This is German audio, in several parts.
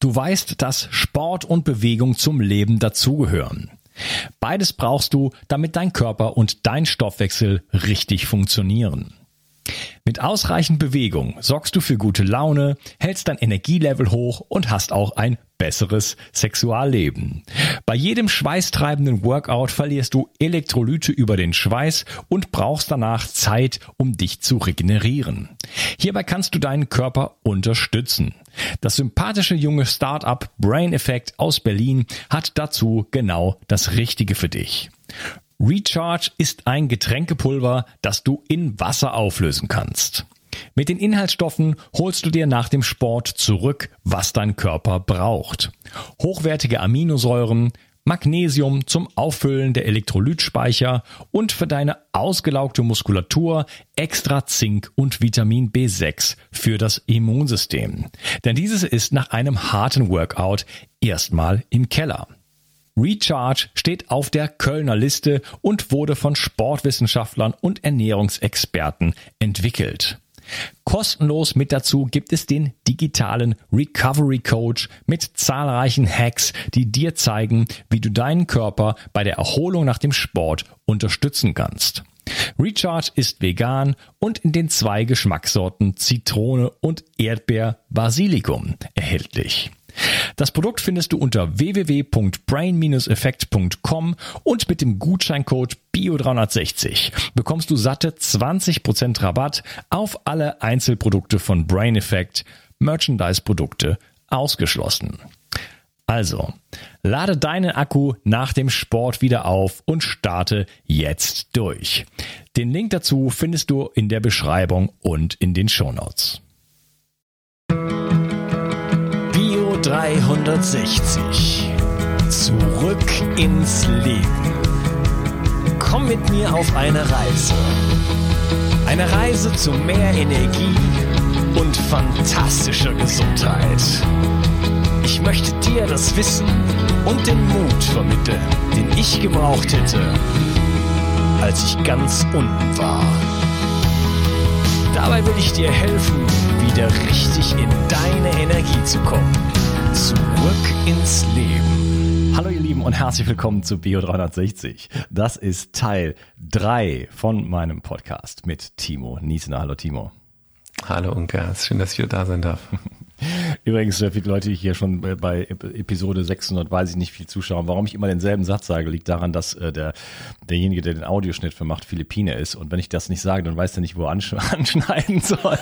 Du weißt, dass Sport und Bewegung zum Leben dazugehören. Beides brauchst du, damit dein Körper und dein Stoffwechsel richtig funktionieren. Mit ausreichend Bewegung sorgst du für gute Laune, hältst dein Energielevel hoch und hast auch ein besseres Sexualleben. Bei jedem schweißtreibenden Workout verlierst du Elektrolyte über den Schweiß und brauchst danach Zeit, um dich zu regenerieren. Hierbei kannst du deinen Körper unterstützen. Das sympathische junge Start-up Brain Effect aus Berlin hat dazu genau das Richtige für dich. Recharge ist ein Getränkepulver, das du in Wasser auflösen kannst. Mit den Inhaltsstoffen holst du dir nach dem Sport zurück, was dein Körper braucht. Hochwertige Aminosäuren, Magnesium zum Auffüllen der Elektrolytspeicher und für deine ausgelaugte Muskulatur extra Zink und Vitamin B6 für das Immunsystem. Denn dieses ist nach einem harten Workout erstmal im Keller. Recharge steht auf der Kölner Liste und wurde von Sportwissenschaftlern und Ernährungsexperten entwickelt. Kostenlos mit dazu gibt es den digitalen Recovery Coach mit zahlreichen Hacks, die dir zeigen, wie du deinen Körper bei der Erholung nach dem Sport unterstützen kannst. Recharge ist vegan und in den 2 Geschmackssorten Zitrone und Erdbeer-Basilikum erhältlich. Das Produkt findest du unter www.brain-effekt.com und mit dem Gutscheincode BIO360 bekommst du satte 20% Rabatt auf alle Einzelprodukte von Brain Effect, Merchandise-Produkte ausgeschlossen. Also, lade deinen Akku nach dem Sport wieder auf und starte jetzt durch. Den Link dazu findest du in der Beschreibung und in den Shownotes. Bio 360. Zurück ins Leben. Komm mit mir auf eine Reise. Eine Reise zu mehr Energie und fantastischer Gesundheit. Ich möchte dir das Wissen und den Mut vermitteln, den ich gebraucht hätte, als ich ganz unten war. Dabei will ich dir helfen, wieder richtig in deine Energie zu kommen. Zurück ins Leben. Hallo ihr Lieben und herzlich willkommen zu Bio 360. Das ist Teil 3 von meinem Podcast mit Timo Niesner. Hallo Timo. Hallo Unka, es ist schön, dass ich wieder da sein darf. Übrigens, sehr viele Leute hier schon bei Episode 600, weiß ich nicht, viel zuschauen. Warum ich immer denselben Satz sage, liegt daran, dass derjenige, der den Audioschnitt für macht, Philippine ist. Und wenn ich das nicht sage, dann weiß er nicht, wo er anschneiden soll.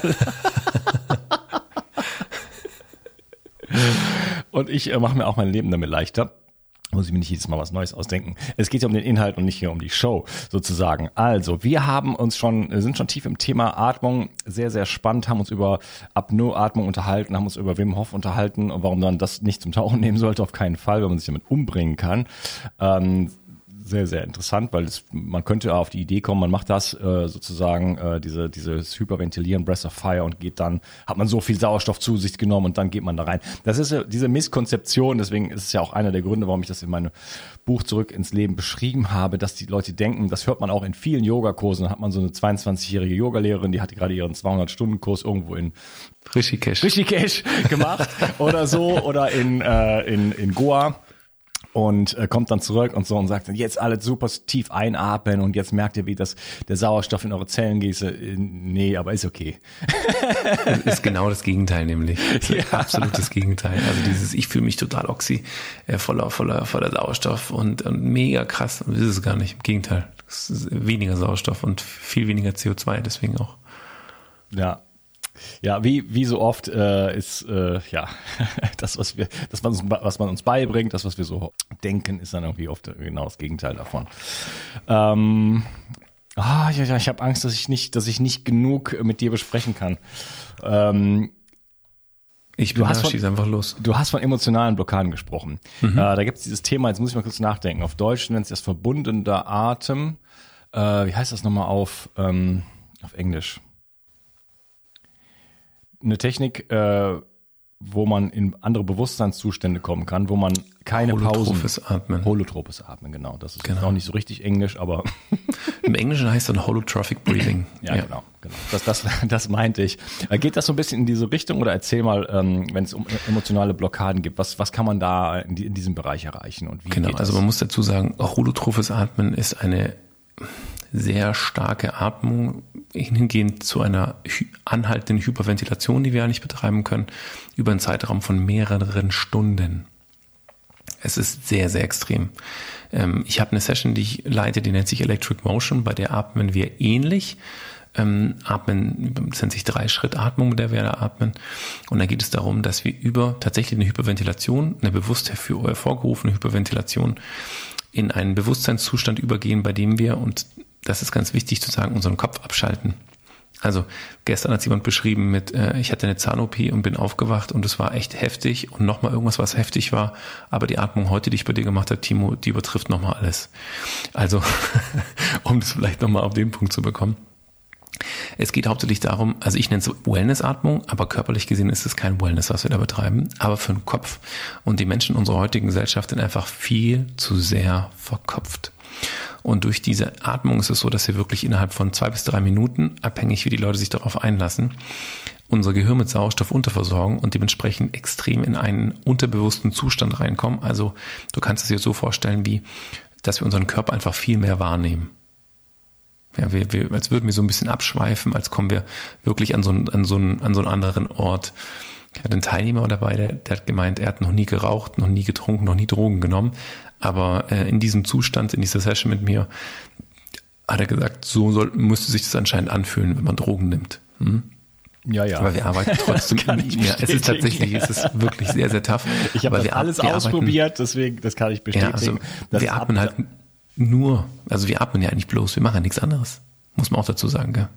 Und ich mache mir auch mein Leben damit leichter. Muss ich mir nicht jedes Mal was Neues ausdenken. Es geht ja um den Inhalt und nicht hier um die Show sozusagen. Also, wir sind schon tief im Thema Atmung, sehr, sehr spannend, haben uns über Apnoe-Atmung unterhalten, haben uns über Wim Hof unterhalten und warum man das nicht zum Tauchen nehmen sollte, auf keinen Fall, weil man sich damit umbringen kann. Sehr, sehr interessant, weil man könnte auf die Idee kommen, man macht das dieses Hyperventilieren, Breath of Fire und hat man so viel Sauerstoff zu sich genommen und dann geht man da rein. Das ist ja diese Misskonzeption, deswegen ist es ja auch einer der Gründe, warum ich das in meinem Buch Zurück ins Leben beschrieben habe, dass die Leute denken, das hört man auch in vielen Yogakursen, da hat man so eine 22-jährige Yogalehrerin, die hatte gerade ihren 200-Stunden-Kurs irgendwo in Rishikesh gemacht oder so oder in Goa. Und kommt dann zurück und so und sagt dann, jetzt alle super tief einatmen und jetzt merkt ihr, wie der Sauerstoff in eure Zellen geht. Nee, aber ist okay. Das ist genau das Gegenteil nämlich. Ja. Absolut das Gegenteil. Also ich fühle mich total voller Sauerstoff und mega krass. Und das ist es gar nicht. Im Gegenteil. Es ist weniger Sauerstoff und viel weniger CO2, deswegen auch. Ja. Ja, wie so oft ist das, was man uns beibringt, das, was wir so denken, ist dann irgendwie oft genau das Gegenteil davon. Ich habe Angst, dass ich nicht genug mit dir besprechen kann. Schieß einfach los. Du hast von emotionalen Blockaden gesprochen. Da gibt es dieses Thema, jetzt muss ich mal kurz nachdenken. Auf Deutsch nennt es das verbundener Atem. Wie heißt das nochmal auf Englisch? Eine Technik, wo man in andere Bewusstseinszustände kommen kann, wo man keine Holotrophes Atmen. Holotrophes Atmen, genau. Das ist auch nicht so richtig Englisch, aber im Englischen heißt es dann Holotrophic Breathing. Ja. Genau. Das meinte ich. Geht das so ein bisschen in diese Richtung oder erzähl mal, wenn es um emotionale Blockaden gibt, was kann man da in diesem Bereich erreichen und wie Genau, geht das? also man muss dazu sagen, holotrophes Atmen ist eine sehr starke Atmung hingehend zu einer anhaltenden Hyperventilation, die wir eigentlich betreiben können, über einen Zeitraum von mehreren Stunden. Es ist sehr, sehr extrem. Ich habe eine Session, die ich leite, die nennt sich Electric Motion, bei der atmen wir ähnlich. Das nennt sich 3-Schritt-Atmung, mit der wir da atmen. Und da geht es darum, dass wir über tatsächlich eine Hyperventilation, eine bewusst hervorgerufene Hyperventilation, in einen Bewusstseinszustand übergehen, bei dem wir, und das ist ganz wichtig zu sagen, unseren Kopf abschalten. Also gestern hat jemand beschrieben mit, ich hatte eine Zahn-OP und bin aufgewacht und es war echt heftig und nochmal irgendwas, was heftig war, aber die Atmung heute, die ich bei dir gemacht habe, Timo, die übertrifft nochmal alles. Also, um das vielleicht nochmal auf den Punkt zu bekommen. Es geht hauptsächlich darum, also ich nenne es Wellness-Atmung, aber körperlich gesehen ist es kein Wellness, was wir da betreiben, aber für den Kopf. Und die Menschen unserer heutigen Gesellschaft sind einfach viel zu sehr verkopft. Und durch diese Atmung ist es so, dass wir wirklich innerhalb von 2 bis 3 Minuten, abhängig wie die Leute sich darauf einlassen, unser Gehirn mit Sauerstoff unterversorgen und dementsprechend extrem in einen unterbewussten Zustand reinkommen. Also du kannst es dir so vorstellen, wie, dass wir unseren Körper einfach viel mehr wahrnehmen. Ja, als würden wir so ein bisschen abschweifen, als kommen wir wirklich an so einen anderen Ort. Ich hatte einen Teilnehmer dabei, der hat gemeint, er hat noch nie geraucht, noch nie getrunken, noch nie Drogen genommen. Aber in diesem Zustand, in dieser Session mit mir, hat er gesagt, müsste sich das anscheinend anfühlen, wenn man Drogen nimmt. Ja. Aber wir arbeiten trotzdem. Es ist wirklich sehr, sehr tough. Ich habe das alles ausprobiert, deswegen, das kann ich bestätigen. Ja, also wir atmen halt wir atmen ja eigentlich bloß, wir machen ja nichts anderes. Muss man auch dazu sagen, gell?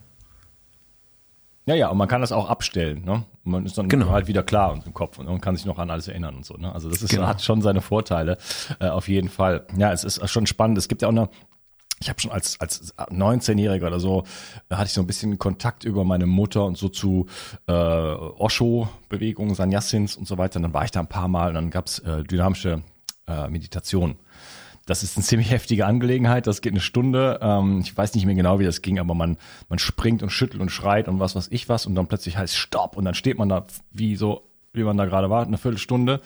Ja, und man kann das auch abstellen, ne? Und man ist dann halt wieder klar und im Kopf und kann sich noch an alles erinnern und so, ne? Also das ist, hat schon seine Vorteile, auf jeden Fall. Ja, es ist schon spannend. Es gibt ja auch ich habe schon als 19-Jähriger oder so, hatte ich so ein bisschen Kontakt über meine Mutter und so zu Osho-Bewegungen, Sannyasins und so weiter. Und dann war ich da ein paar Mal und dann gab's dynamische Meditation. Das ist eine ziemlich heftige Angelegenheit, das geht 1 Stunde. Ich weiß nicht mehr genau, wie das ging, aber man springt und schüttelt und schreit und was weiß ich was und dann plötzlich heißt Stopp und dann steht man da wie man da gerade war, 1 Viertelstunde.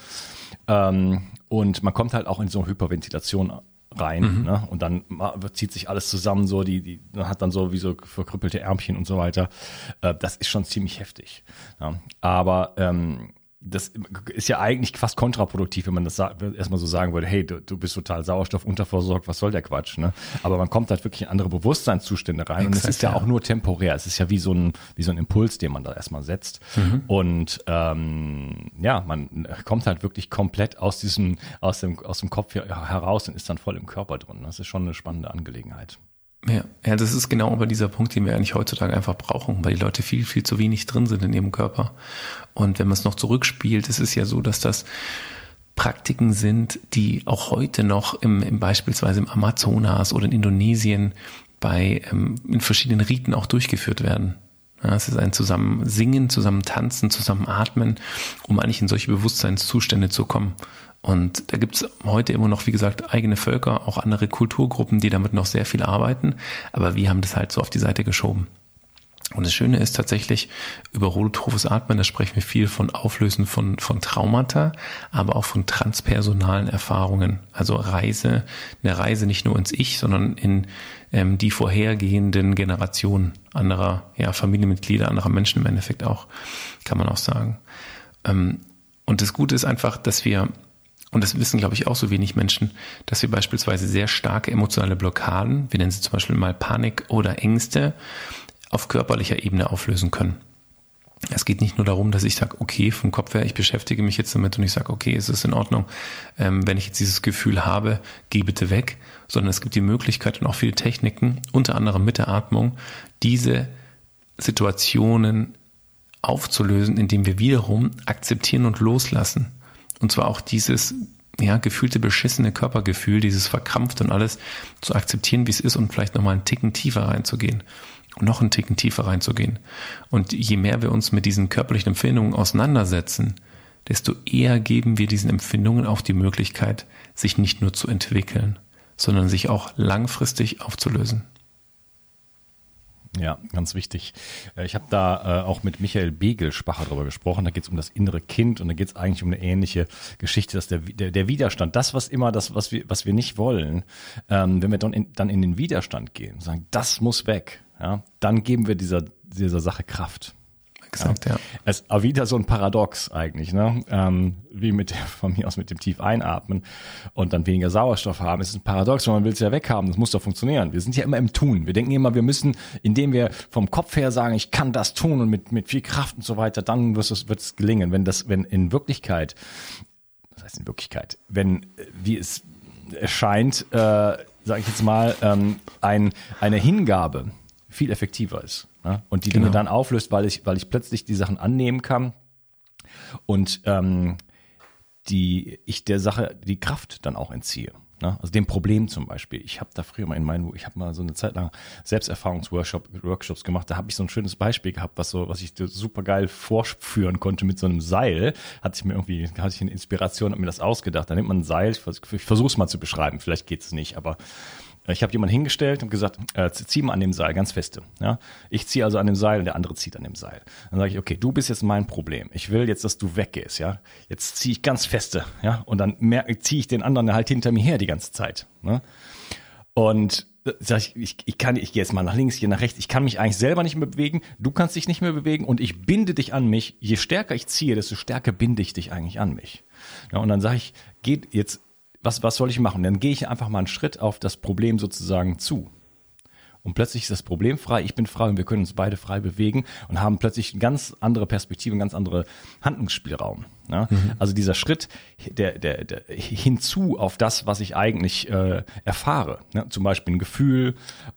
Und man kommt halt auch in so eine Hyperventilation rein, ne? Und dann zieht sich alles zusammen, man hat dann so wie so verkrüppelte Ärmchen und so weiter. Das ist schon ziemlich heftig. Ja. Aber das ist ja eigentlich fast kontraproduktiv, wenn man das erstmal so sagen würde, hey, du bist total sauerstoffunterversorgt, was soll der Quatsch, ne? Aber man kommt halt wirklich in andere Bewusstseinszustände rein. Exakt, und es ist ja auch nur temporär. Es ist ja wie so ein Impuls, den man da erstmal setzt. Und man kommt halt wirklich komplett aus dem Kopf heraus und ist dann voll im Körper drin. Das ist schon eine spannende Angelegenheit. Ja, das ist genau aber dieser Punkt, den wir eigentlich heutzutage einfach brauchen, weil die Leute viel, viel zu wenig drin sind in ihrem Körper. Und wenn man es noch zurückspielt, ist es ja so, dass das Praktiken sind, die auch heute noch beispielsweise im Amazonas oder in Indonesien in verschiedenen Riten auch durchgeführt werden. Ja, es ist ein zusammen Singen, zusammen Tanzen, zusammen Atmen, um eigentlich in solche Bewusstseinszustände zu kommen. Und da gibt's heute immer noch, wie gesagt, eigene Völker, auch andere Kulturgruppen, die damit noch sehr viel arbeiten. Aber wir haben das halt so auf die Seite geschoben. Und das Schöne ist tatsächlich, über holotrophes Atmen, da sprechen wir viel von Auflösen von Traumata, aber auch von transpersonalen Erfahrungen. Also eine Reise nicht nur ins Ich, sondern in die vorhergehenden Generationen anderer Familienmitglieder, anderer Menschen im Endeffekt auch, kann man auch sagen. Und das Gute ist einfach, dass wir, und das wissen, glaube ich, auch so wenig Menschen, dass wir beispielsweise sehr starke emotionale Blockaden, wir nennen sie zum Beispiel mal Panik oder Ängste, auf körperlicher Ebene auflösen können. Es geht nicht nur darum, dass ich sage, okay, vom Kopf her, ich beschäftige mich jetzt damit und ich sage, okay, es ist in Ordnung, wenn ich jetzt dieses Gefühl habe, geh bitte weg, sondern es gibt die Möglichkeit und auch viele Techniken, unter anderem mit der Atmung, diese Situationen aufzulösen, indem wir wiederum akzeptieren und loslassen. Und zwar auch dieses gefühlte beschissene Körpergefühl, dieses verkrampft und alles zu akzeptieren, wie es ist und vielleicht nochmal einen Ticken tiefer reinzugehen. Und noch einen Ticken tiefer reinzugehen. Und je mehr wir uns mit diesen körperlichen Empfindungen auseinandersetzen, desto eher geben wir diesen Empfindungen auch die Möglichkeit, sich nicht nur zu entwickeln, sondern sich auch langfristig aufzulösen. Ja, ganz wichtig. Ich habe da auch mit Michael Begelspacher drüber gesprochen. Da geht es um das innere Kind und da geht es eigentlich um eine ähnliche Geschichte, dass der Widerstand, was wir nicht wollen, wenn wir dann in den Widerstand gehen und sagen, das muss weg, ja, dann geben wir dieser Sache Kraft. Exakt, ja. Es ist wieder so ein Paradox eigentlich, ne? Wie von mir aus mit dem tief einatmen und dann weniger Sauerstoff haben. Es ist ein Paradox, weil man will es ja weghaben. Das muss doch funktionieren. Wir sind ja immer im Tun. Wir denken immer, wir müssen, indem wir vom Kopf her sagen, ich kann das tun und mit viel Kraft und so weiter, dann wird es gelingen. Wenn in Wirklichkeit, was heißt in Wirklichkeit, wenn, wie es erscheint, sage ich jetzt mal, eine Hingabe viel effektiver ist. Ja? Und die Dinge dann auflöst, weil ich plötzlich die Sachen annehmen kann und ich der Sache die Kraft dann auch entziehe. Ne? Also dem Problem zum Beispiel. Ich habe da früher mal ich habe mal so eine Zeit lang Selbsterfahrungsworkshops gemacht. Da habe ich so ein schönes Beispiel gehabt, was ich super geil vorführen konnte mit so einem Seil. Hatte ich eine Inspiration, habe mir das ausgedacht. Da nimmt man ein Seil, ich versuche es mal zu beschreiben, vielleicht geht es nicht, aber ich habe jemanden hingestellt und gesagt, zieh mal an dem Seil, ganz feste. Ja? Ich ziehe also an dem Seil und der andere zieht an dem Seil. Dann sage ich, okay, du bist jetzt mein Problem. Ich will jetzt, dass du weggehst. Ja? Jetzt ziehe ich ganz feste. Ja? Und dann ziehe ich den anderen halt hinter mir her die ganze Zeit. Ne? Und sag ich gehe jetzt mal nach links, hier nach rechts. Ich kann mich eigentlich selber nicht mehr bewegen. Du kannst dich nicht mehr bewegen und ich binde dich an mich. Je stärker ich ziehe, desto stärker binde ich dich eigentlich an mich. Ja, und dann sage ich, geht jetzt. Was soll ich machen? Dann gehe ich einfach mal einen Schritt auf das Problem sozusagen zu. Und plötzlich ist das Problem frei, ich bin frei und wir können uns beide frei bewegen und haben plötzlich eine ganz andere Perspektive, einen ganz anderen Handlungsspielraum. Ja? Also dieser Schritt der hinzu auf das, was ich eigentlich erfahre. Ja? Zum Beispiel ein Gefühl,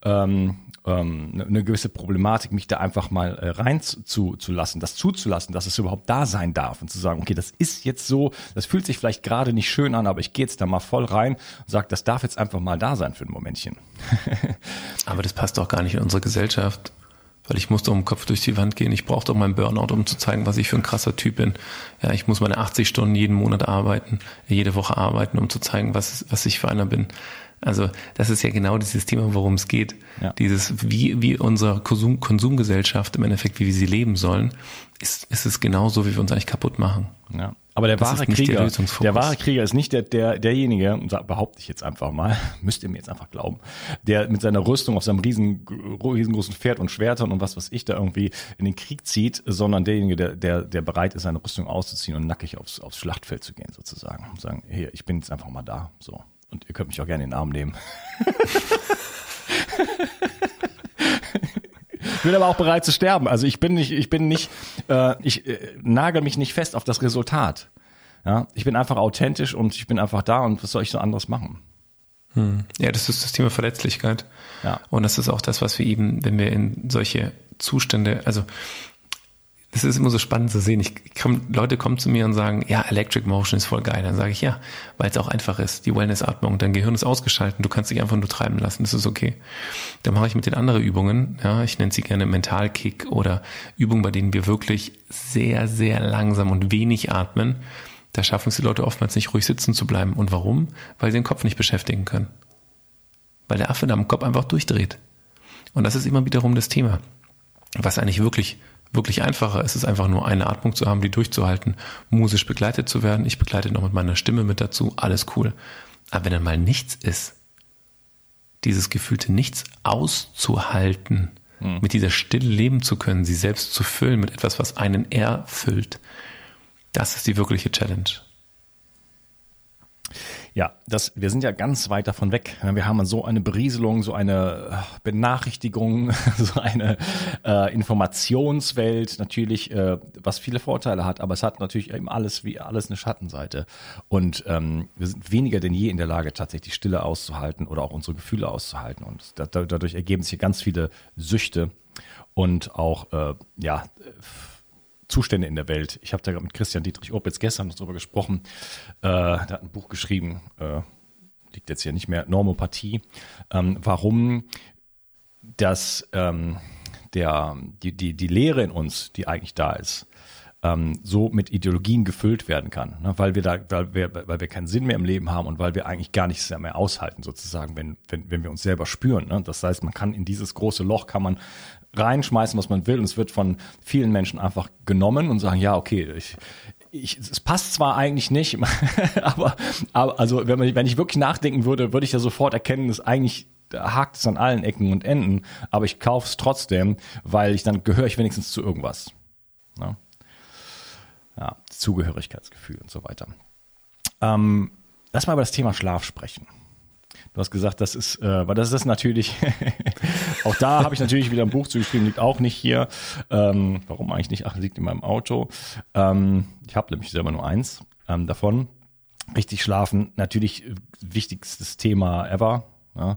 eine gewisse Problematik, mich da einfach mal rein zu lassen, das zuzulassen, dass es überhaupt da sein darf und zu sagen, okay, das ist jetzt so, das fühlt sich vielleicht gerade nicht schön an, aber ich gehe jetzt da mal voll rein und sage, das darf jetzt einfach mal da sein für ein Momentchen. Aber das passt doch gar nicht in unsere Gesellschaft, weil ich muss doch im Kopf durch die Wand gehen. Ich brauche doch meinen Burnout, um zu zeigen, was ich für ein krasser Typ bin. Ja, ich muss meine 80 Stunden jeden Monat arbeiten, jede Woche arbeiten, um zu zeigen, was ich für einer bin. Also das ist ja genau dieses Thema, worum es geht. Ja. Dieses, wie unsere Konsumgesellschaft im Endeffekt, wie wir sie leben sollen, ist es genauso, wie wir uns eigentlich kaputt machen. Ja. Aber der wahre Krieger ist nicht derjenige, behaupte ich jetzt einfach mal, müsst ihr mir jetzt einfach glauben, der mit seiner Rüstung auf seinem riesengroßen Pferd und Schwertern und was weiß ich da irgendwie in den Krieg zieht, sondern derjenige, der bereit ist, seine Rüstung auszuziehen und nackig aufs Schlachtfeld zu gehen sozusagen. Und sagen, hier, ich bin jetzt einfach mal da, so. Und ihr könnt mich auch gerne in den Arm nehmen. Ich bin aber auch bereit zu sterben. Also ich nagel mich nicht fest auf das Resultat. Ja, ich bin einfach authentisch und ich bin einfach da und was soll ich so anderes machen? Ja, das ist das Thema Verletzlichkeit. Ja. Und das ist auch das, was wir eben, wenn wir in solche Zustände, also das ist immer so spannend zu sehen. Leute kommen zu mir und sagen, ja, Electric Motion ist voll geil. Dann sage ich, ja, weil es auch einfach ist. Die Wellness-Atmung, dein Gehirn ist ausgeschaltet. Du kannst dich einfach nur treiben lassen. Das ist okay. Dann mache ich mit den anderen Übungen, ja, ich nenne sie gerne Mentalkick oder Übungen, bei denen wir wirklich sehr, sehr langsam und wenig atmen. Da schaffen es die Leute oftmals nicht, ruhig sitzen zu bleiben. Und warum? Weil sie den Kopf nicht beschäftigen können. Weil der Affe da am Kopf einfach durchdreht. Und das ist immer wiederum das Thema. Was eigentlich wirklich einfacher ist es einfach nur eine Atmung zu haben, die durchzuhalten, musisch begleitet zu werden. Ich begleite noch mit meiner Stimme mit dazu, alles cool. Aber wenn dann mal nichts ist, dieses gefühlte Nichts auszuhalten, mit dieser Stille leben zu können, sie selbst zu füllen mit etwas, was einen erfüllt, das ist die wirkliche Challenge. Ja, wir sind ja ganz weit davon weg. Wir haben so eine Berieselung, so eine Benachrichtigung, so eine Informationswelt natürlich, was viele Vorteile hat, aber es hat natürlich eben alles eine Schattenseite. Und wir sind weniger denn je in der Lage, tatsächlich Stille auszuhalten oder auch unsere Gefühle auszuhalten. Und dadurch ergeben sich ganz viele Süchte und auch Zustände in der Welt. Ich habe da mit Christian Dietrich Opitz gestern noch drüber gesprochen. Der hat ein Buch geschrieben, liegt jetzt hier nicht mehr, Normopathie, warum die Lehre in uns, die eigentlich da ist, so mit Ideologien gefüllt werden kann, ne? Weil wir keinen Sinn mehr im Leben haben und weil wir eigentlich gar nichts mehr aushalten, sozusagen, wenn wir uns selber spüren. Ne? Das heißt, man kann in dieses große Loch kann man reinschmeißen, was man will, und es wird von vielen Menschen einfach genommen und sagen, ja, okay, es passt zwar eigentlich nicht, aber also wenn ich wirklich nachdenken würde, würde ich ja sofort erkennen, dass eigentlich hakt es an allen Ecken und Enden, aber ich kaufe es trotzdem, weil dann gehöre ich wenigstens zu irgendwas. Ne? Ja, Zugehörigkeitsgefühl und so weiter. Lass mal über das Thema Schlaf sprechen. Du hast gesagt, das ist natürlich, auch da habe ich natürlich wieder ein Buch zugeschrieben, liegt auch nicht hier. Warum eigentlich nicht? Ach, liegt in meinem Auto. Ich habe nämlich selber nur eins davon. Richtig schlafen, natürlich wichtigstes Thema ever. Ja.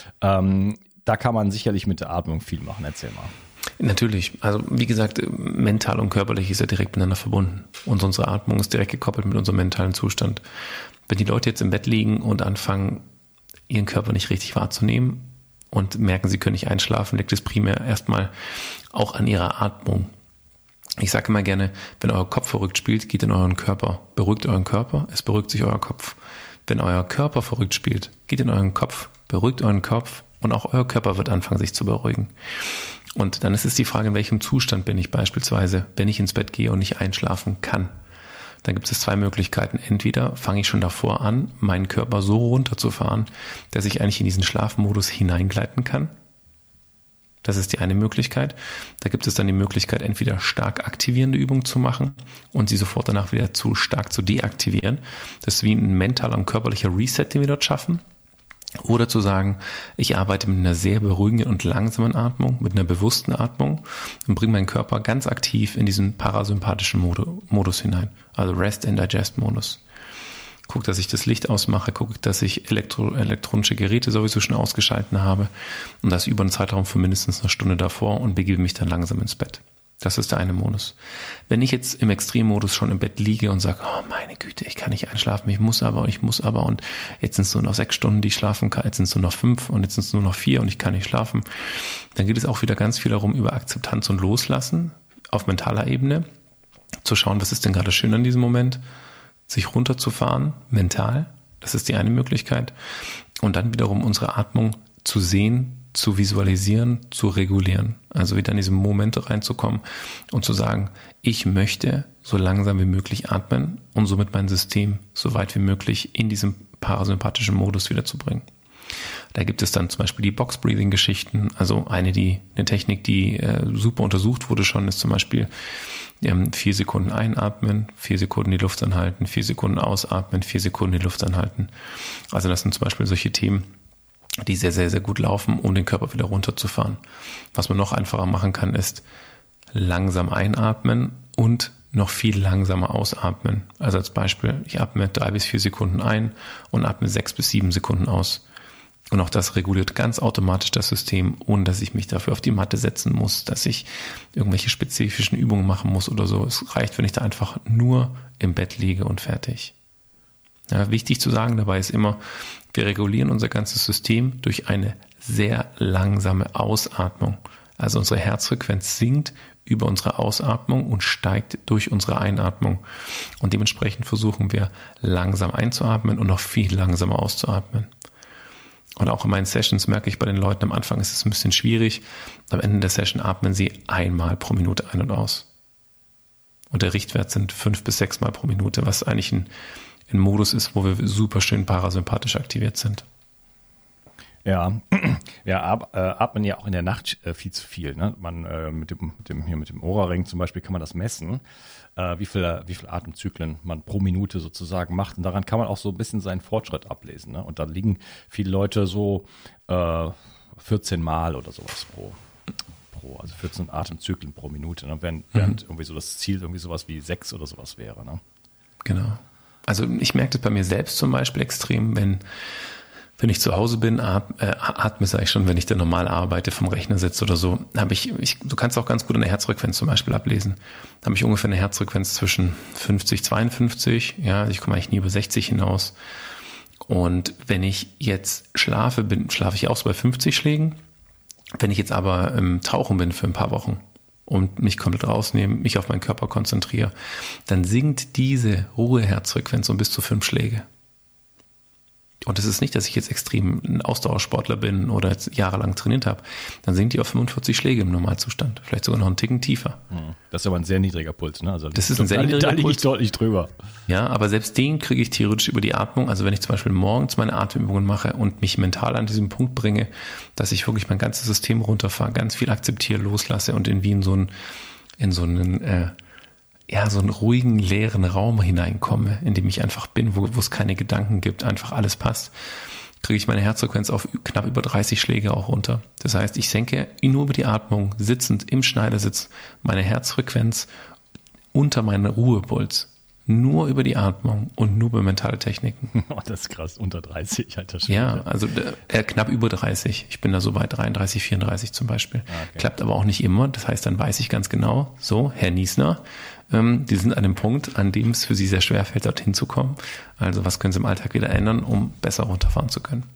Da kann man sicherlich mit der Atmung viel machen. Erzähl mal. Natürlich. Also wie gesagt, mental und körperlich ist ja direkt miteinander verbunden. Und unsere Atmung ist direkt gekoppelt mit unserem mentalen Zustand. Wenn die Leute jetzt im Bett liegen und anfangen, ihren Körper nicht richtig wahrzunehmen und merken, sie können nicht einschlafen, liegt es primär erstmal auch an ihrer Atmung. Ich sage immer gerne, wenn euer Kopf verrückt spielt, geht in euren Körper. Beruhigt euren Körper, es beruhigt sich euer Kopf. Wenn euer Körper verrückt spielt, geht in euren Kopf, beruhigt euren Kopf und auch euer Körper wird anfangen, sich zu beruhigen. Und dann ist es die Frage, in welchem Zustand bin ich beispielsweise, wenn ich ins Bett gehe und nicht einschlafen kann. Dann gibt es zwei Möglichkeiten. Entweder fange ich schon davor an, meinen Körper so runterzufahren, dass ich eigentlich in diesen Schlafmodus hineingleiten kann. Das ist die eine Möglichkeit. Da gibt es dann die Möglichkeit, entweder stark aktivierende Übungen zu machen und sie sofort danach wieder zu stark zu deaktivieren. Das ist wie ein mentaler und körperlicher Reset, den wir dort schaffen. Oder zu sagen, ich arbeite mit einer sehr beruhigenden und langsamen Atmung, mit einer bewussten Atmung und bringe meinen Körper ganz aktiv in diesen parasympathischen Modus hinein. Also Rest and Digest Modus. Guck, dass ich das Licht ausmache, guck, dass ich elektronische Geräte sowieso schon ausgeschalten habe und das über einen Zeitraum von mindestens einer Stunde davor und begebe mich dann langsam ins Bett. Das ist der eine Modus. Wenn ich jetzt im Extremmodus schon im Bett liege und sage, oh meine Güte, ich kann nicht einschlafen, ich muss aber und jetzt sind es nur noch 6 Stunden, die ich schlafen kann, jetzt sind es nur noch 5 und jetzt sind es nur noch 4 und ich kann nicht schlafen, dann geht es auch wieder ganz viel darum, über Akzeptanz und Loslassen auf mentaler Ebene, zu schauen, was ist denn gerade schön an diesem Moment, sich runterzufahren, mental, das ist die eine Möglichkeit, und dann wiederum unsere Atmung zu sehen, zu visualisieren, zu regulieren. Also wieder in diese Momente reinzukommen und zu sagen, ich möchte so langsam wie möglich atmen und somit mein System so weit wie möglich in diesem parasympathischen Modus wiederzubringen. Da gibt es dann zum Beispiel die Box-Breathing-Geschichten, also eine Technik, die super untersucht wurde schon, ist zum Beispiel 4 Sekunden einatmen, 4 Sekunden die Luft anhalten, 4 Sekunden ausatmen, 4 Sekunden die Luft anhalten. Also das sind zum Beispiel solche Themen, die sehr, sehr, sehr gut laufen, um den Körper wieder runterzufahren. Was man noch einfacher machen kann, ist langsam einatmen und noch viel langsamer ausatmen. Also als Beispiel, ich atme 3 bis 4 Sekunden ein und atme 6 bis 7 Sekunden aus. Und auch das reguliert ganz automatisch das System, ohne dass ich mich dafür auf die Matte setzen muss, dass ich irgendwelche spezifischen Übungen machen muss oder so. Es reicht, wenn ich da einfach nur im Bett liege und fertig. Ja, wichtig zu sagen dabei ist immer, wir regulieren unser ganzes System durch eine sehr langsame Ausatmung. Also unsere Herzfrequenz sinkt über unsere Ausatmung und steigt durch unsere Einatmung. Und dementsprechend versuchen wir langsam einzuatmen und noch viel langsamer auszuatmen. Und auch in meinen Sessions merke ich bei den Leuten, am Anfang ist es ein bisschen schwierig. Am Ende der Session atmen sie einmal pro Minute ein und aus. Und der Richtwert sind 5 bis 6 Mal pro Minute, was eigentlich ein Modus ist, wo wir super schön parasympathisch aktiviert sind. Ja, wir atmen ja auch in der Nacht viel zu viel. Ne? Mit dem Oura-Ring zum Beispiel kann man das messen, wie viel Atemzyklen man pro Minute sozusagen macht. Und daran kann man auch so ein bisschen seinen Fortschritt ablesen. Ne? Und da liegen viele Leute so 14 Mal oder sowas also 14 Atemzyklen pro Minute. Ne? Während irgendwie so das Ziel irgendwie sowas wie 6 oder sowas wäre. Ne? Genau. Also ich merke das bei mir selbst zum Beispiel extrem, wenn ich zu Hause bin, atme, sage ich schon, wenn ich dann normal arbeite, vom Rechner sitze oder so, du kannst auch ganz gut an der Herzfrequenz zum Beispiel ablesen. Da habe ich ungefähr eine Herzfrequenz zwischen 50, 52, ja, ich komme eigentlich nie über 60 hinaus. Und wenn ich jetzt schlafe ich auch so bei 50 Schlägen. Wenn ich jetzt aber im Tauchen bin für ein paar Wochen, und mich komplett rausnehme, mich auf meinen Körper konzentriere, dann sinkt diese Ruheherzfrequenz um bis zu 5 Schläge. Und es ist nicht, dass ich jetzt extrem ein Ausdauersportler bin oder jetzt jahrelang trainiert habe. Dann sinkt die auf 45 Schläge im Normalzustand. Vielleicht sogar noch einen Ticken tiefer. Das ist aber ein sehr niedriger Puls, ne? Also das ist ein sehr niedriger Puls. Da liege ich Puls. deutlich drüber. Ja, aber selbst den kriege ich theoretisch über die Atmung. Also wenn ich zum Beispiel morgens meine Atemübungen mache und mich mental an diesen Punkt bringe, dass ich wirklich mein ganzes System runterfahre, ganz viel akzeptiere, loslasse und in so einen ruhigen, leeren Raum hineinkomme, in dem ich einfach bin, wo es keine Gedanken gibt, einfach alles passt, kriege ich meine Herzfrequenz auf knapp über 30 Schläge auch runter. Das heißt, ich senke nur über die Atmung, sitzend im Schneidersitz, meine Herzfrequenz unter meinen Ruhepuls. Nur über die Atmung und nur über mentale Techniken. Oh, das ist krass, unter 30, alter Schwede. Ja, also knapp über 30. Ich bin da so bei 33, 34 zum Beispiel. Okay. Klappt aber auch nicht immer. Das heißt, dann weiß ich ganz genau, so, Herr Niesner, die sind an dem Punkt, an dem es für Sie sehr schwer fällt, dorthin zu kommen. Also was können Sie im Alltag wieder ändern, um besser runterfahren zu können?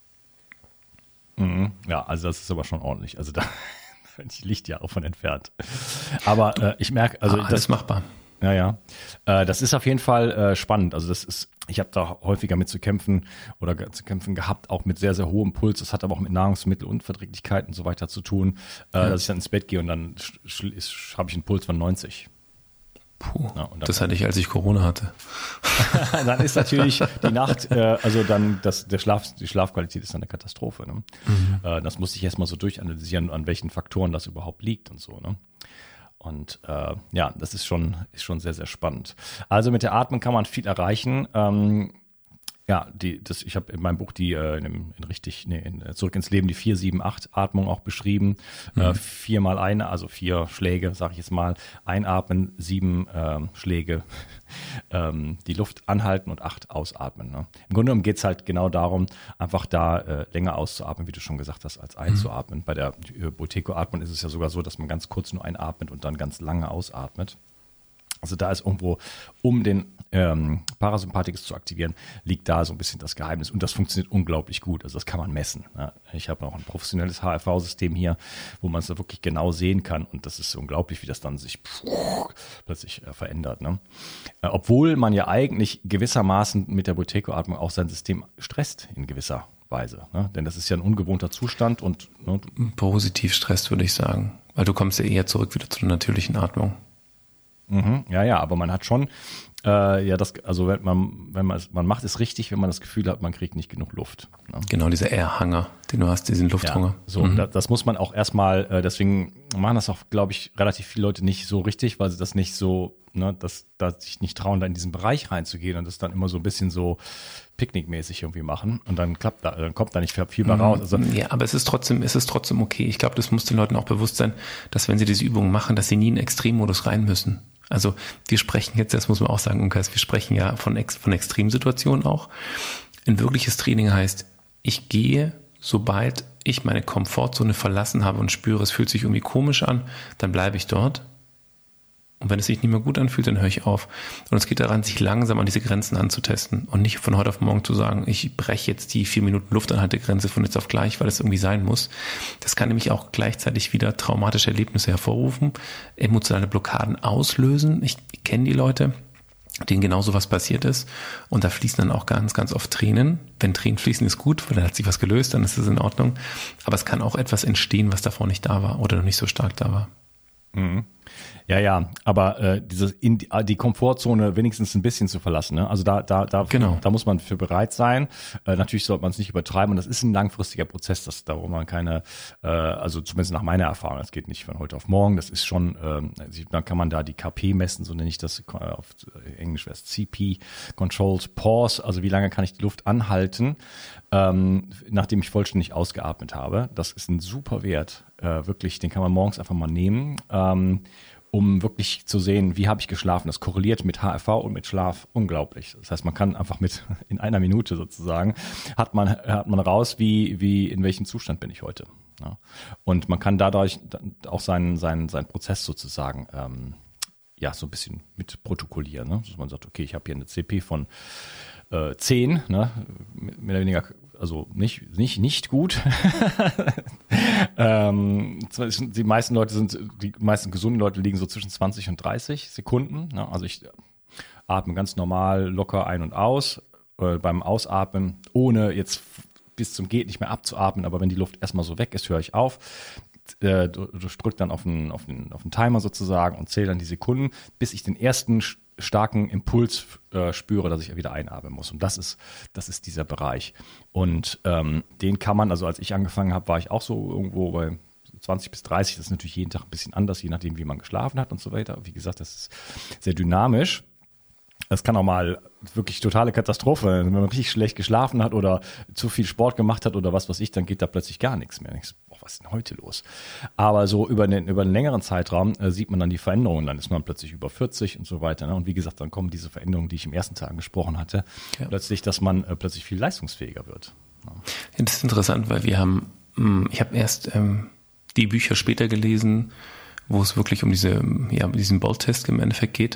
Ja, also das ist aber schon ordentlich. Also da bin ich Lichtjahre von entfernt. Aber ich merke, also das ist machbar. Ja. Das ist auf jeden Fall spannend. Also ich habe da häufiger mit zu kämpfen gehabt, auch mit sehr, sehr hohem Puls. Das hat aber auch mit Nahrungsmittelunverträglichkeit und so weiter zu tun, dass ich dann ins Bett gehe und dann habe ich einen Puls von 90. Puh, ja, das hatte ich, als ich Corona hatte. Dann ist natürlich die Nacht, die Schlafqualität ist dann eine Katastrophe. Ne? Das musste ich erstmal so durchanalysieren, an welchen Faktoren das überhaupt liegt und so. Ne? Und das ist schon sehr, sehr spannend. Also mit der Atmung kann man viel erreichen. Ich habe in meinem Buch Zurück ins Leben die 4-7-8-Atmung auch beschrieben. 4 mal eine, also 4 Schläge, sage ich jetzt mal, einatmen, 7 Schläge die Luft anhalten und 8 ausatmen. Ne? Im Grunde genommen geht es halt genau darum, einfach da länger auszuatmen, wie du schon gesagt hast, als einzuatmen. Bei der Buteyko-Atmung ist es ja sogar so, dass man ganz kurz nur einatmet und dann ganz lange ausatmet. Also da ist irgendwo, um den Parasympathikus zu aktivieren, liegt da so ein bisschen das Geheimnis. Und das funktioniert unglaublich gut. Also das kann man messen. Ne? Ich habe auch ein professionelles HRV-System hier, wo man es da wirklich genau sehen kann. Und das ist unglaublich, wie das dann sich plötzlich verändert. Ne? Obwohl man ja eigentlich gewissermaßen mit der Buteyko-Atmung auch sein System stresst in gewisser Weise. Ne? Denn das ist ja ein ungewohnter Zustand. Und positiv stresst, würde ich sagen. Weil du kommst ja eher zurück wieder zur natürlichen Atmung. Ja, aber man hat schon, man macht es richtig, wenn man das Gefühl hat, man kriegt nicht genug Luft. Ne? Genau, dieser Air-Hunger, den du hast, diesen Lufthunger. Ja, das muss man auch erstmal, deswegen machen das auch, glaube ich, relativ viele Leute nicht so richtig, weil sie das nicht so, ne, dass sich nicht trauen, da in diesen Bereich reinzugehen und das dann immer so ein bisschen so picknickmäßig irgendwie machen und dann kommt da nicht viel mehr raus. Also, ja, aber es ist trotzdem okay. Ich glaube, das muss den Leuten auch bewusst sein, dass wenn sie diese Übungen machen, dass sie nie in den Extremmodus rein müssen. Also wir sprechen jetzt, das muss man auch sagen, Unkas, wir sprechen ja von Extremsituationen auch. Ein wirkliches Training heißt, ich gehe, sobald ich meine Komfortzone verlassen habe und spüre, es fühlt sich irgendwie komisch an, dann bleibe ich dort. Und wenn es sich nicht mehr gut anfühlt, dann höre ich auf. Und es geht daran, sich langsam an diese Grenzen anzutesten und nicht von heute auf morgen zu sagen, ich breche jetzt die 4 Minuten Luftanhaltegrenze von jetzt auf gleich, weil es irgendwie sein muss. Das kann nämlich auch gleichzeitig wieder traumatische Erlebnisse hervorrufen, emotionale Blockaden auslösen. Ich kenne die Leute, denen genau sowas passiert ist. Und da fließen dann auch ganz, ganz oft Tränen. Wenn Tränen fließen, ist gut, weil dann hat sich was gelöst, dann ist es in Ordnung. Aber es kann auch etwas entstehen, was davor nicht da war oder noch nicht so stark da war. Mhm. Ja, aber die Komfortzone wenigstens ein bisschen zu verlassen. Ne? Also da muss man für bereit sein. Natürlich sollte man es nicht übertreiben und das ist ein langfristiger Prozess, da braucht man also zumindest nach meiner Erfahrung, das geht nicht von heute auf morgen, das ist schon, dann kann man da die KP messen, so nenne ich das, auf Englisch wäre es CP, Controlled Pause, also wie lange kann ich die Luft anhalten, nachdem ich vollständig ausgeatmet habe. Das ist ein super Wert, wirklich, den kann man morgens einfach mal nehmen, um wirklich zu sehen, wie habe ich geschlafen. Das korreliert mit HRV und mit Schlaf unglaublich. Das heißt, man kann einfach in einer Minute sozusagen, hat man raus, wie in welchem Zustand bin ich heute. Ja. Und man kann dadurch auch seinen Prozess sozusagen so ein bisschen mit protokollieren. Ne? Dass man sagt, okay, ich habe hier eine CP von 10, ne? Mehr oder weniger, also nicht gut. Die meisten gesunden Leute liegen so zwischen 20 und 30 Sekunden. Ne? Also ich atme ganz normal locker ein und aus, beim Ausatmen, ohne jetzt bis zum geht nicht mehr abzuatmen, aber wenn die Luft erstmal so weg ist, höre ich auf. Du drückst dann auf den Timer sozusagen und zähle dann die Sekunden, bis ich den ersten starken Impuls spüre, dass ich wieder einatmen muss. Und das ist dieser Bereich. Und den kann man, also als ich angefangen habe, war ich auch so irgendwo bei 20 bis 30. Das ist natürlich jeden Tag ein bisschen anders, je nachdem, wie man geschlafen hat und so weiter. Wie gesagt, das ist sehr dynamisch. Das kann auch mal wirklich totale Katastrophe, wenn man richtig schlecht geschlafen hat oder zu viel Sport gemacht hat oder was weiß ich, dann geht da plötzlich gar nichts mehr. Ich so, was ist denn heute los? Aber so über einen längeren Zeitraum sieht man dann die Veränderungen. Dann ist man plötzlich über 40 und so weiter. Ne? Und wie gesagt, dann kommen diese Veränderungen, die ich im ersten Tag angesprochen hatte, plötzlich, dass man plötzlich viel leistungsfähiger wird. Ja. Das ist interessant, weil ich habe erst die Bücher später gelesen, wo es wirklich um diesen Bolt-Test im Endeffekt geht.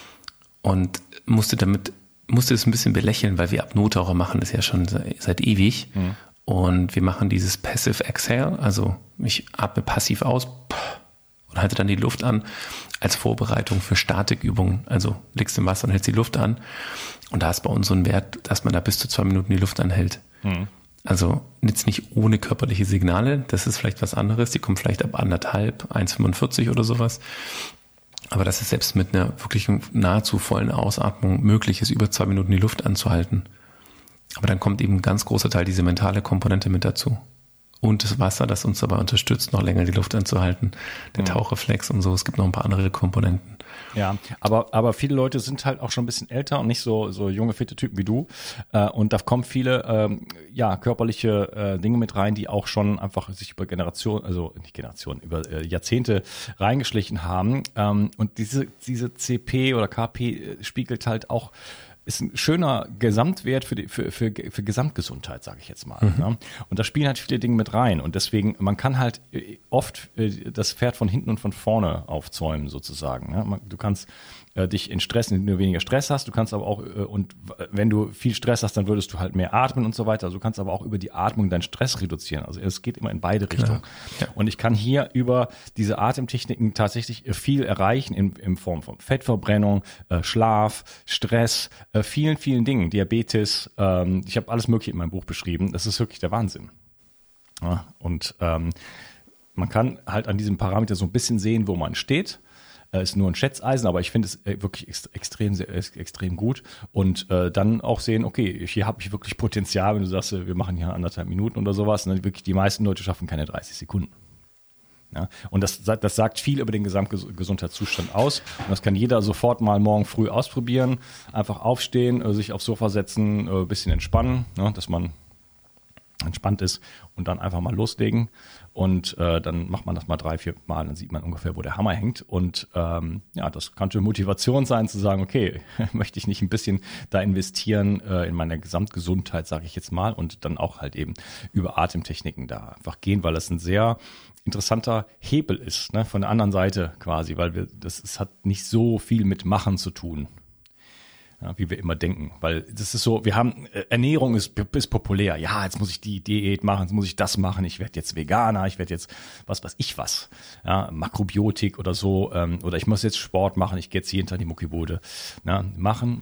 Und musste es ein bisschen belächeln, weil wir Apnoe-Taucher machen das ja schon seit ewig. Mhm. Und wir machen dieses Passive Exhale, also ich atme passiv aus und halte dann die Luft an als Vorbereitung für Statikübungen. Also legst du im Wasser und hältst die Luft an. Und da ist bei uns so ein Wert, dass man da bis zu 2 Minuten die Luft anhält. Mhm. Also jetzt nicht ohne körperliche Signale, das ist vielleicht was anderes. Die kommen vielleicht ab 1,5, 1,45 oder sowas. Aber dass es selbst mit einer wirklich nahezu vollen Ausatmung möglich ist, über 2 Minuten die Luft anzuhalten. Aber dann kommt eben ein ganz großer Teil diese mentale Komponente mit dazu. Und das Wasser, das uns dabei unterstützt, noch länger die Luft anzuhalten. Der Tauchreflex und so. Es gibt noch ein paar andere Komponenten. Ja, aber viele Leute sind halt auch schon ein bisschen älter und nicht so junge, fitte Typen wie du. Und da kommen viele körperliche Dinge mit rein, die auch schon einfach sich über über Jahrzehnte reingeschlichen haben. Und diese CP oder KP spiegelt halt auch, ist ein schöner Gesamtwert für Gesamtgesundheit, sage ich jetzt mal. Mhm. Ne? Und da spielen halt viele Dinge mit rein. Und deswegen, man kann halt oft das Pferd von hinten und von vorne aufzäumen sozusagen. Ne? Du kannst dich entstressen, wenn du weniger Stress hast. Du kannst aber auch, und wenn du viel Stress hast, dann würdest du halt mehr atmen und so weiter. Also du kannst aber auch über die Atmung deinen Stress reduzieren. Also es geht immer in beide Richtungen. Ja. Und ich kann hier über diese Atemtechniken tatsächlich viel erreichen in Form von Fettverbrennung, Schlaf, Stress, vielen, vielen Dingen, Diabetes. Ich habe alles Mögliche in meinem Buch beschrieben. Das ist wirklich der Wahnsinn. Ja, und man kann halt an diesem Parameter so ein bisschen sehen, wo man steht. Ist nur ein Schätzeisen, aber ich finde es wirklich extrem gut. Und dann auch sehen, okay, hier habe ich wirklich Potenzial, wenn du sagst, wir machen hier 1,5 Minuten oder sowas. Ne? Wirklich, die meisten Leute schaffen keine 30 Sekunden. Ja? Und das sagt viel über den Gesamtgesundheitszustand aus. Und das kann jeder sofort mal morgen früh ausprobieren. Einfach aufstehen, sich aufs Sofa setzen, ein bisschen entspannen, ne? Dass man entspannt ist und dann einfach mal loslegen. Und dann macht man das mal 3-4 Mal, dann sieht man ungefähr, wo der Hammer hängt. Und das könnte Motivation sein, zu sagen, okay, möchte ich nicht ein bisschen da investieren in meine Gesamtgesundheit, sage ich jetzt mal, und dann auch halt eben über Atemtechniken da einfach gehen, weil das ein sehr interessanter Hebel ist, ne, von der anderen Seite quasi, weil es hat nicht so viel mit Machen zu tun. Ja, wie wir immer denken, weil das ist so, wir haben, Ernährung ist populär. Ja, jetzt muss ich die Diät machen, jetzt muss ich das machen, ich werde jetzt Veganer, ich werde jetzt was weiß ich was, ja, Makrobiotik oder so, oder ich muss jetzt Sport machen, ich gehe jetzt jeden Tag in die Muckibude. Ja, machen.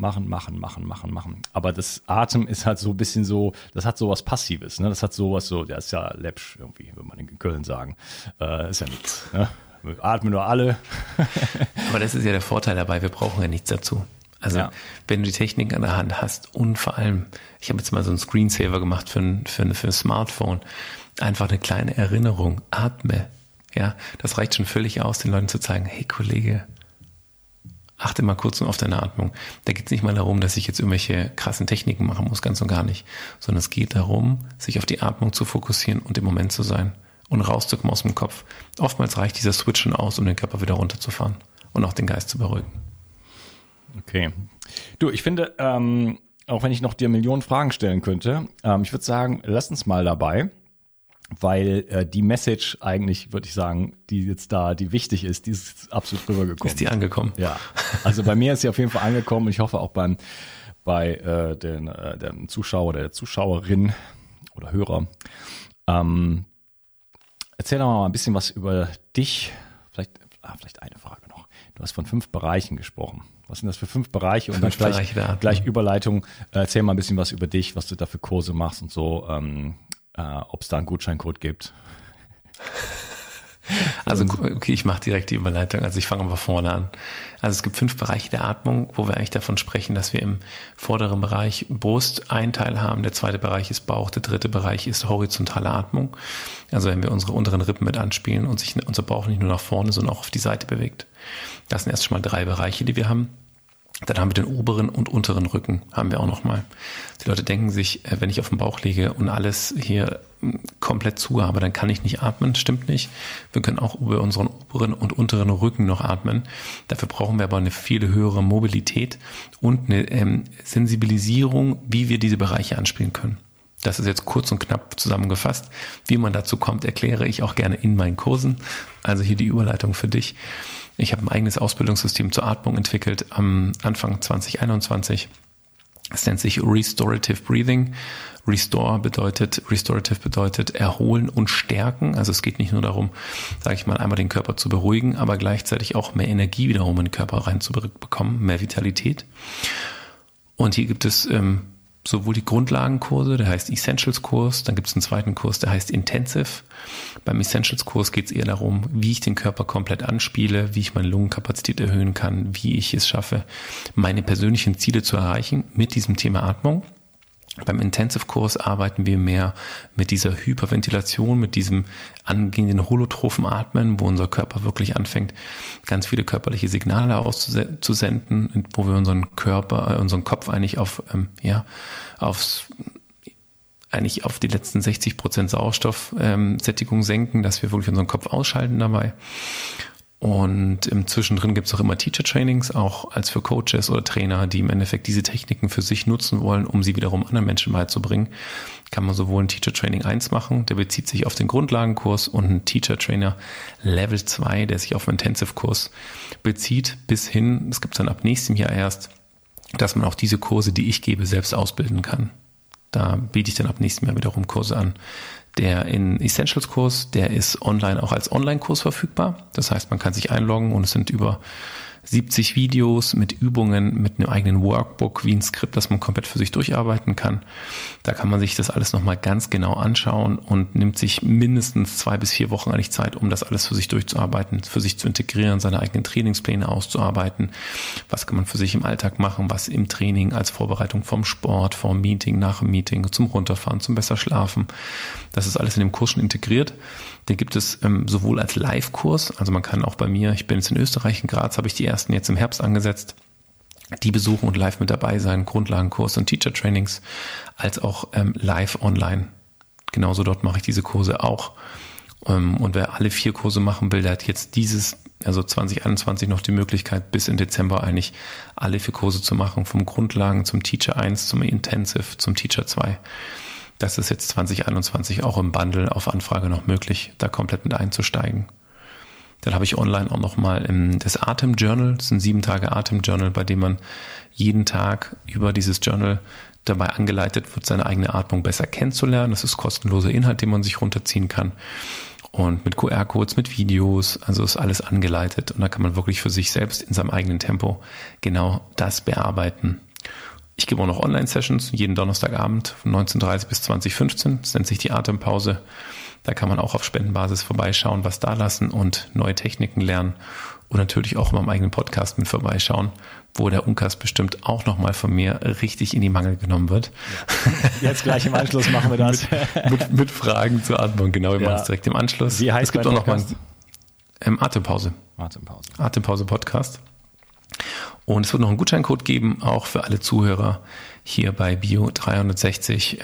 Aber das Atem ist halt so ein bisschen so, das hat so was Passives, ne? Das hat sowas so, das ist ja läppsch irgendwie, würde man in Köln sagen. Ist ja nichts, ne? Wir atmen nur alle. Aber das ist ja der Vorteil dabei, wir brauchen ja nichts dazu. Also wenn du die Technik an der Hand hast und vor allem, ich habe jetzt mal so einen Screensaver gemacht für ein Smartphone, einfach eine kleine Erinnerung, atme. Ja, das reicht schon völlig aus, den Leuten zu zeigen, hey Kollege, achte mal kurz nur auf deine Atmung. Da geht es nicht mal darum, dass ich jetzt irgendwelche krassen Techniken machen muss, ganz und gar nicht, sondern es geht darum, sich auf die Atmung zu fokussieren und im Moment zu sein und rauszukommen aus dem Kopf. Oftmals reicht dieser Switch schon aus, um den Körper wieder runterzufahren und auch den Geist zu beruhigen. Okay. Du, ich finde, auch wenn ich noch dir Millionen Fragen stellen könnte, ich würde sagen, lass uns mal dabei, weil die Message eigentlich, würde ich sagen, die jetzt da, die wichtig ist, die ist absolut rübergekommen. Ist die angekommen? Ja. Also bei mir ist sie auf jeden Fall angekommen und ich hoffe auch beim bei dem Zuschauer oder der Zuschauerin oder Hörer. Erzähl doch mal ein bisschen was über dich. Vielleicht eine Frage noch. Du hast von 5 Bereichen gesprochen. Was sind das für 5 Bereiche? Und dann gleich Überleitung. Erzähl mal ein bisschen was über dich, was du da für Kurse machst und so, ob es da einen Gutscheincode gibt. Also okay, ich mache direkt die Überleitung. Also ich fange aber vorne an. Also es gibt 5 Bereiche der Atmung, wo wir eigentlich davon sprechen, dass wir im vorderen Bereich Brust einen Teil haben, der zweite Bereich ist Bauch, der dritte Bereich ist horizontale Atmung. Also wenn wir unsere unteren Rippen mit anspielen und sich unser Bauch nicht nur nach vorne, sondern auch auf die Seite bewegt. Das sind erst schon mal 3 Bereiche, die wir haben. Dann haben wir den oberen und unteren Rücken, haben wir auch nochmal. Die Leute denken sich, wenn ich auf dem Bauch liege und alles hier komplett zu habe, dann kann ich nicht atmen. Stimmt nicht. Wir können auch über unseren oberen und unteren Rücken noch atmen. Dafür brauchen wir aber eine viel höhere Mobilität und eine Sensibilisierung, wie wir diese Bereiche anspielen können. Das ist jetzt kurz und knapp zusammengefasst. Wie man dazu kommt, erkläre ich auch gerne in meinen Kursen. Also hier die Überleitung für dich. Ich habe ein eigenes Ausbildungssystem zur Atmung entwickelt am Anfang 2021. Es nennt sich Restorative Breathing. Restorative bedeutet erholen und stärken. Also es geht nicht nur darum, sage ich mal, einmal den Körper zu beruhigen, aber gleichzeitig auch mehr Energie wiederum in den Körper reinzubekommen, mehr Vitalität. Und hier gibt es sowohl die Grundlagenkurse, der heißt Essentials-Kurs, dann gibt es einen zweiten Kurs, der heißt Intensive. Beim Essentials-Kurs geht es eher darum, wie ich den Körper komplett anspiele, wie ich meine Lungenkapazität erhöhen kann, wie ich es schaffe, meine persönlichen Ziele zu erreichen mit diesem Thema Atmung. Beim Intensive-Kurs arbeiten wir mehr mit dieser Hyperventilation, mit diesem angehenden holotrophen Atmen, wo unser Körper wirklich anfängt, ganz viele körperliche Signale auszusenden, wo wir unseren Kopf eigentlich auf die letzten 60% Sauerstoffsättigung senken, dass wir wirklich unseren Kopf ausschalten dabei. Und im Zwischendrin gibt es auch immer Teacher-Trainings, auch als für Coaches oder Trainer, die im Endeffekt diese Techniken für sich nutzen wollen, um sie wiederum anderen Menschen beizubringen. Kann man sowohl ein Teacher-Training 1 machen, der bezieht sich auf den Grundlagenkurs, und ein Teacher-Trainer Level 2, der sich auf einen Intensive-Kurs bezieht, bis hin, es gibt dann ab nächstem Jahr erst, dass man auch diese Kurse, die ich gebe, selbst ausbilden kann. Da biete ich dann ab nächstem Jahr wiederum Kurse an. Der Essentials-Kurs, der ist online auch als Online-Kurs verfügbar. Das heißt, man kann sich einloggen und es sind über 70 Videos mit Übungen, mit einem eigenen Workbook, wie ein Skript, das man komplett für sich durcharbeiten kann. Da kann man sich das alles nochmal ganz genau anschauen und nimmt sich mindestens 2 bis 4 Wochen eigentlich Zeit, um das alles für sich durchzuarbeiten, für sich zu integrieren, seine eigenen Trainingspläne auszuarbeiten. Was kann man für sich im Alltag machen, was im Training als Vorbereitung vom Sport, vom Meeting, nach dem Meeting, zum Runterfahren, zum besser schlafen. Das ist alles in dem Kurs schon integriert. Den gibt es sowohl als Live-Kurs, also man kann auch bei mir, ich bin jetzt in Österreich, in Graz, habe ich die ersten jetzt im Herbst angesetzt, die besuchen und live mit dabei sein, Grundlagenkurs und Teacher-Trainings, als auch live online. Genauso dort mache ich diese Kurse auch. Und wer alle 4 Kurse machen will, der hat jetzt 2021 noch die Möglichkeit, bis in Dezember eigentlich alle 4 Kurse zu machen, vom Grundlagen zum Teacher 1, zum Intensive, zum Teacher 2. Das ist jetzt 2021 auch im Bundle auf Anfrage noch möglich, da komplett mit einzusteigen. Dann habe ich online auch nochmal das Atem-Journal, das ist ein 7-Tage-Atem-Journal, bei dem man jeden Tag über dieses Journal dabei angeleitet wird, seine eigene Atmung besser kennenzulernen. Das ist kostenloser Inhalt, den man sich runterziehen kann. Und mit QR-Codes, mit Videos, also ist alles angeleitet. Und da kann man wirklich für sich selbst in seinem eigenen Tempo genau das bearbeiten. Ich gebe auch noch Online-Sessions, jeden Donnerstagabend von 19:30 bis 20:15. Das nennt sich die Atempause. Da kann man auch auf Spendenbasis vorbeischauen, was da lassen und neue Techniken lernen. Und natürlich auch in meinem eigenen Podcast mit vorbeischauen, wo der Unkas bestimmt auch nochmal von mir richtig in die Mangel genommen wird. Ja. Jetzt gleich im Anschluss machen wir das. mit Fragen zur Atmung, genau, wir machen es direkt im Anschluss. Wie heißt es gibt auch noch mal Atempause. Atempause Podcast. Und es wird noch einen Gutscheincode geben, auch für alle Zuhörer hier bei Bio 360.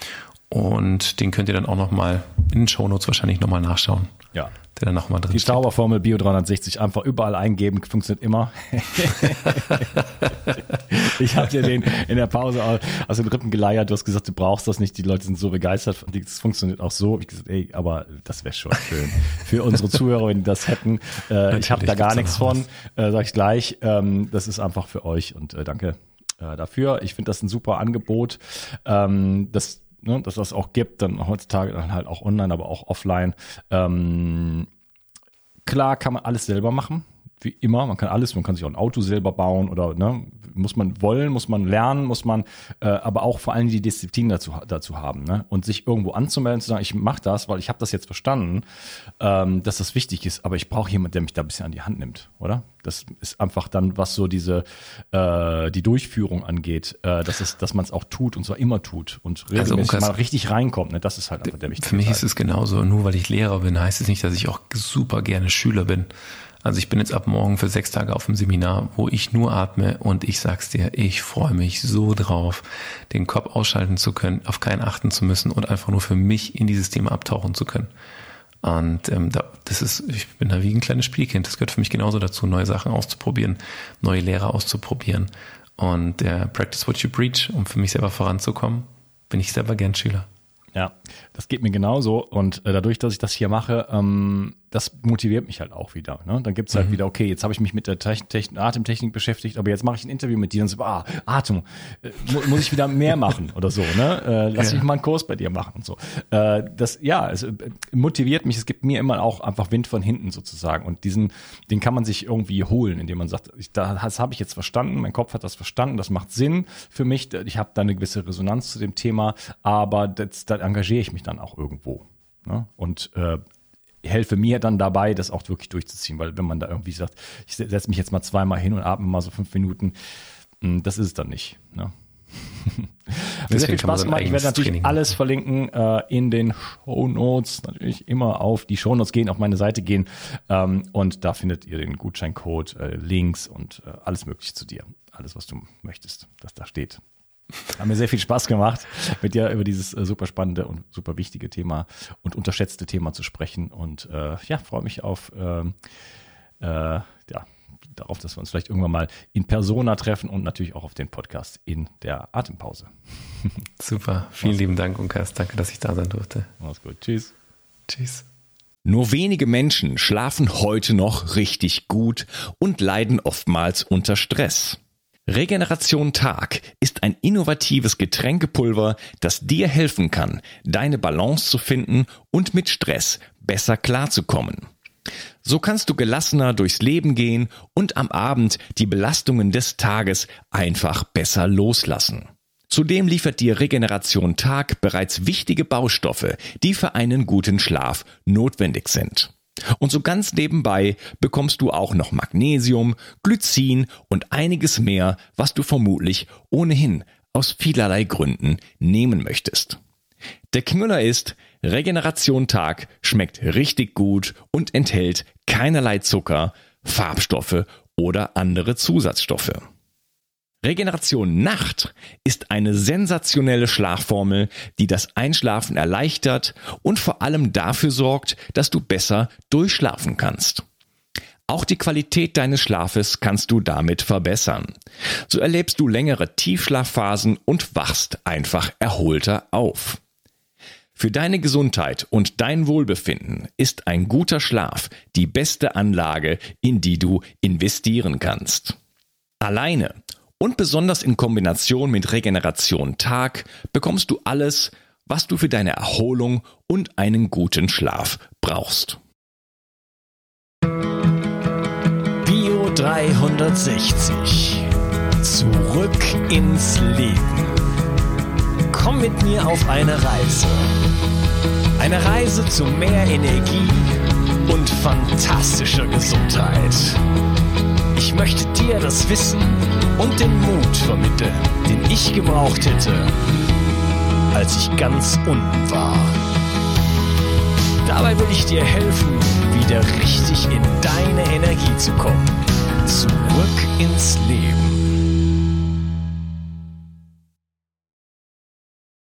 Und den könnt ihr dann auch nochmal in den Shownotes wahrscheinlich nochmal nachschauen. Ja. Der dann nochmal drin Die steht. Zauberformel Bio 360 einfach überall eingeben, funktioniert immer. Ich habe dir den in der Pause aus den Rippen geleiert. Du hast gesagt, du brauchst das nicht. Die Leute sind so begeistert. Das funktioniert auch so. Ich gesagt, aber das wäre schon schön für unsere Zuhörer, wenn die das hätten. Ich habe da gar nichts von, sage ich gleich. Das ist einfach für euch und danke. dafür. Ich finde das ein super Angebot, dass das auch gibt, dann heutzutage dann halt auch online, aber auch offline. Klar kann man alles selber machen. Wie immer, man kann sich auch ein Auto selber bauen oder muss man wollen, muss man lernen, muss man aber auch vor allem die Disziplin dazu haben, ne? Und sich irgendwo anzumelden, zu sagen, ich mache das, weil ich habe das jetzt verstanden, dass das wichtig ist, aber ich brauche jemanden, der mich da ein bisschen an die Hand nimmt, oder? Das ist einfach dann, was so die Durchführung angeht, dass man es auch tut und zwar immer tut und regelmäßig mal richtig reinkommt, ne? Das ist halt einfach der wichtige Teil. Für mich ist es genauso, nur weil ich Lehrer bin, heißt es nicht, dass ich auch super gerne Schüler bin. Also ich bin jetzt ab morgen für 6 Tage auf dem Seminar, wo ich nur atme und ich sag's dir, ich freue mich so drauf, den Kopf ausschalten zu können, auf keinen achten zu müssen und einfach nur für mich in dieses Thema abtauchen zu können. Und ich bin da wie ein kleines Spielkind. Das gehört für mich genauso dazu, neue Sachen auszuprobieren, neue Lehrer auszuprobieren und practice what you preach, um für mich selber voranzukommen, bin ich selber gern Schüler. Ja, das geht mir genauso und dadurch, dass ich das hier mache, das motiviert mich halt auch wieder. Ne? Dann gibt's halt wieder, okay, jetzt habe ich mich mit der Atemtechnik beschäftigt, aber jetzt mache ich ein Interview mit dir und so, Atem, muss ich wieder mehr machen oder so. Ne? Lass mich mal einen Kurs bei dir machen und so. Es motiviert mich, es gibt mir immer auch einfach Wind von hinten sozusagen und den kann man sich irgendwie holen, indem man sagt, das habe ich jetzt verstanden, mein Kopf hat das verstanden, das macht Sinn für mich, ich habe da eine gewisse Resonanz zu dem Thema, aber da engagiere ich mich dann auch irgendwo. Ne? Und helfe mir dann dabei, das auch wirklich durchzuziehen, weil wenn man da irgendwie sagt, ich setze mich jetzt mal 2-mal hin und atme mal so 5 Minuten, das ist es dann nicht. Ne? Mir sehr viel Spaß gemacht. Ich werde natürlich alles verlinken in den Shownotes, natürlich immer auf die Shownotes gehen, auf meine Seite gehen und da findet ihr den Gutscheincode, Links und alles mögliche zu dir. Alles, was du möchtest, das da steht. Hat mir sehr viel Spaß gemacht, mit dir über dieses super spannende und super wichtige Thema und unterschätzte Thema zu sprechen und freue mich auf darauf, dass wir uns vielleicht irgendwann mal in Persona treffen und natürlich auch auf den Podcast in der Atempause. Super, vielen lieben Dank, Unkas. Danke, dass ich da sein durfte. Mach's gut, tschüss. Tschüss. Nur wenige Menschen schlafen heute noch richtig gut und leiden oftmals unter Stress. Regeneration Tag ist ein innovatives Getränkepulver, das dir helfen kann, deine Balance zu finden und mit Stress besser klarzukommen. So kannst du gelassener durchs Leben gehen und am Abend die Belastungen des Tages einfach besser loslassen. Zudem liefert dir Regeneration Tag bereits wichtige Baustoffe, die für einen guten Schlaf notwendig sind. Und so ganz nebenbei bekommst du auch noch Magnesium, Glycin und einiges mehr, was du vermutlich ohnehin aus vielerlei Gründen nehmen möchtest. Der Knüller ist, Regeneration Tag schmeckt richtig gut und enthält keinerlei Zucker, Farbstoffe oder andere Zusatzstoffe. Regeneration Nacht ist eine sensationelle Schlafformel, die das Einschlafen erleichtert und vor allem dafür sorgt, dass du besser durchschlafen kannst. Auch die Qualität deines Schlafes kannst du damit verbessern. So erlebst du längere Tiefschlafphasen und wachst einfach erholter auf. Für deine Gesundheit und dein Wohlbefinden ist ein guter Schlaf die beste Anlage, in die du investieren kannst. Alleine und besonders in Kombination mit Regeneration Tag bekommst du alles, was du für deine Erholung und einen guten Schlaf brauchst. Bio 360. Zurück ins Leben. Komm mit mir auf eine Reise. Eine Reise zu mehr Energie und fantastischer Gesundheit. Ich möchte dir das Wissen und den Mut vermitteln, den ich gebraucht hätte, als ich ganz unten war. Dabei will ich dir helfen, wieder richtig in deine Energie zu kommen. Zurück ins Leben.